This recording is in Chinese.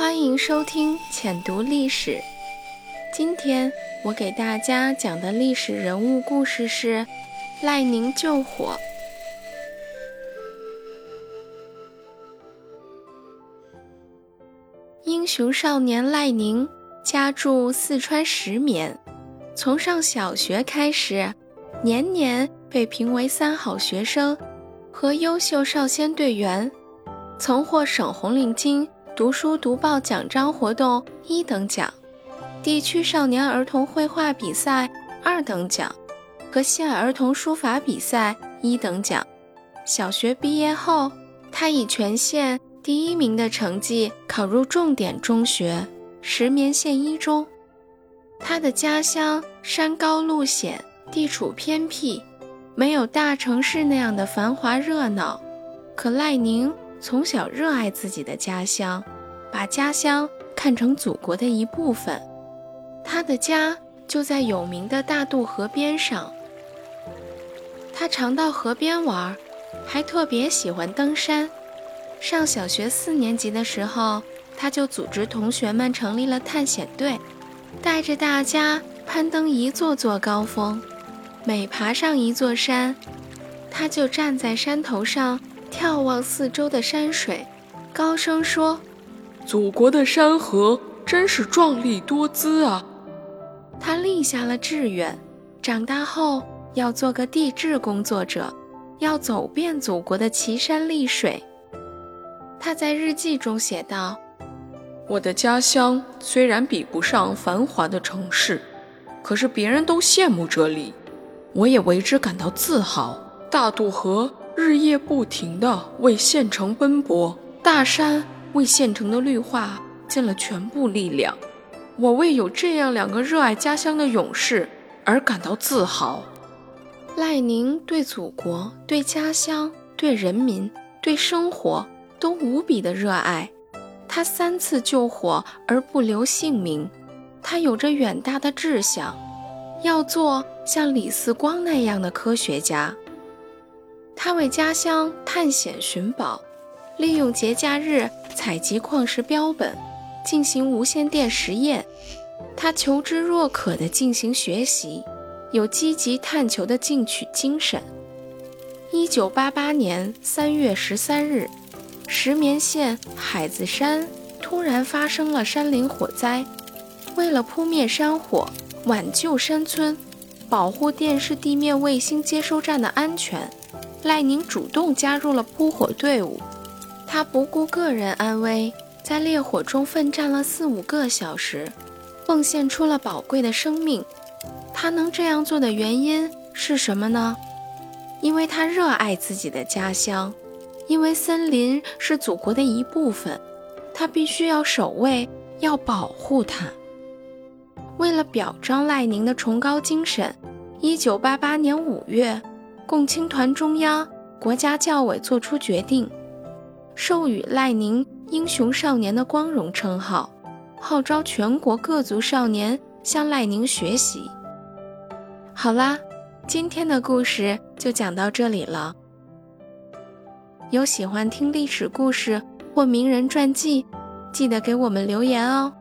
欢迎收听浅读历史。今天我给大家讲的历史人物故事是赖宁救火。英雄少年赖宁家住四川石棉，从上小学开始，年年被评为3好学生和优秀少先队员，曾获省红领巾读书读报奖章活动1等奖，地区少年儿童绘画比赛2等奖和县儿童书法比赛1等奖。小学毕业后，他以全县第1名的成绩考入重点中学石棉县一中。他的家乡山高路险，地处偏僻，没有大城市那样的繁华热闹，可赖宁从小热爱自己的家乡，把家乡看成祖国的一部分。他的家就在有名的大渡河边上，他常到河边玩，还特别喜欢登山。上小学4年级的时候，他就组织同学们成立了探险队，带着大家攀登一座座高峰。每爬上一座山，他就站在山头上眺望四周的山水，高声说： 祖国的山河真是壮丽多姿啊！ 他立下了志愿，长大后要做个地质工作者，要走遍祖国的奇山丽水。他在日记中写道： 我的家乡虽然比不上繁华的城市，可是别人都羡慕这里，我也为之感到自豪。大渡河日夜不停地为县城奔波，大山为县城的绿化尽了全部力量，我为有这样2个热爱家乡的勇士而感到自豪。 赖宁对祖国、对家乡、对人民、对生活都无比的热爱。他3次救火而不留性命，他有着远大的志向，要做像李四光那样的科学家。他为家乡探险寻宝，利用节假日采集矿石标本，进行无线电实验。他求知若渴地进行学习，有积极探求的进取精神。1988年3月13日，石棉县海子山突然发生了山林火灾。为了扑灭山火，挽救山村，保护电视地面卫星接收站的安全，赖宁主动加入了扑火队伍。他不顾个人安危，在烈火中奋战了4-5个小时，奉献出了宝贵的生命。他能这样做的原因是什么呢？因为他热爱自己的家乡，因为森林是祖国的一部分，他必须要守卫，要保护它。为了表彰赖宁的崇高精神，1988年5月，共青团中央、国家教委作出决定，授予赖宁英雄少年的光荣称号，号召全国各族少年向赖宁学习。好啦，今天的故事就讲到这里了。有喜欢听历史故事或名人传记，记得给我们留言哦。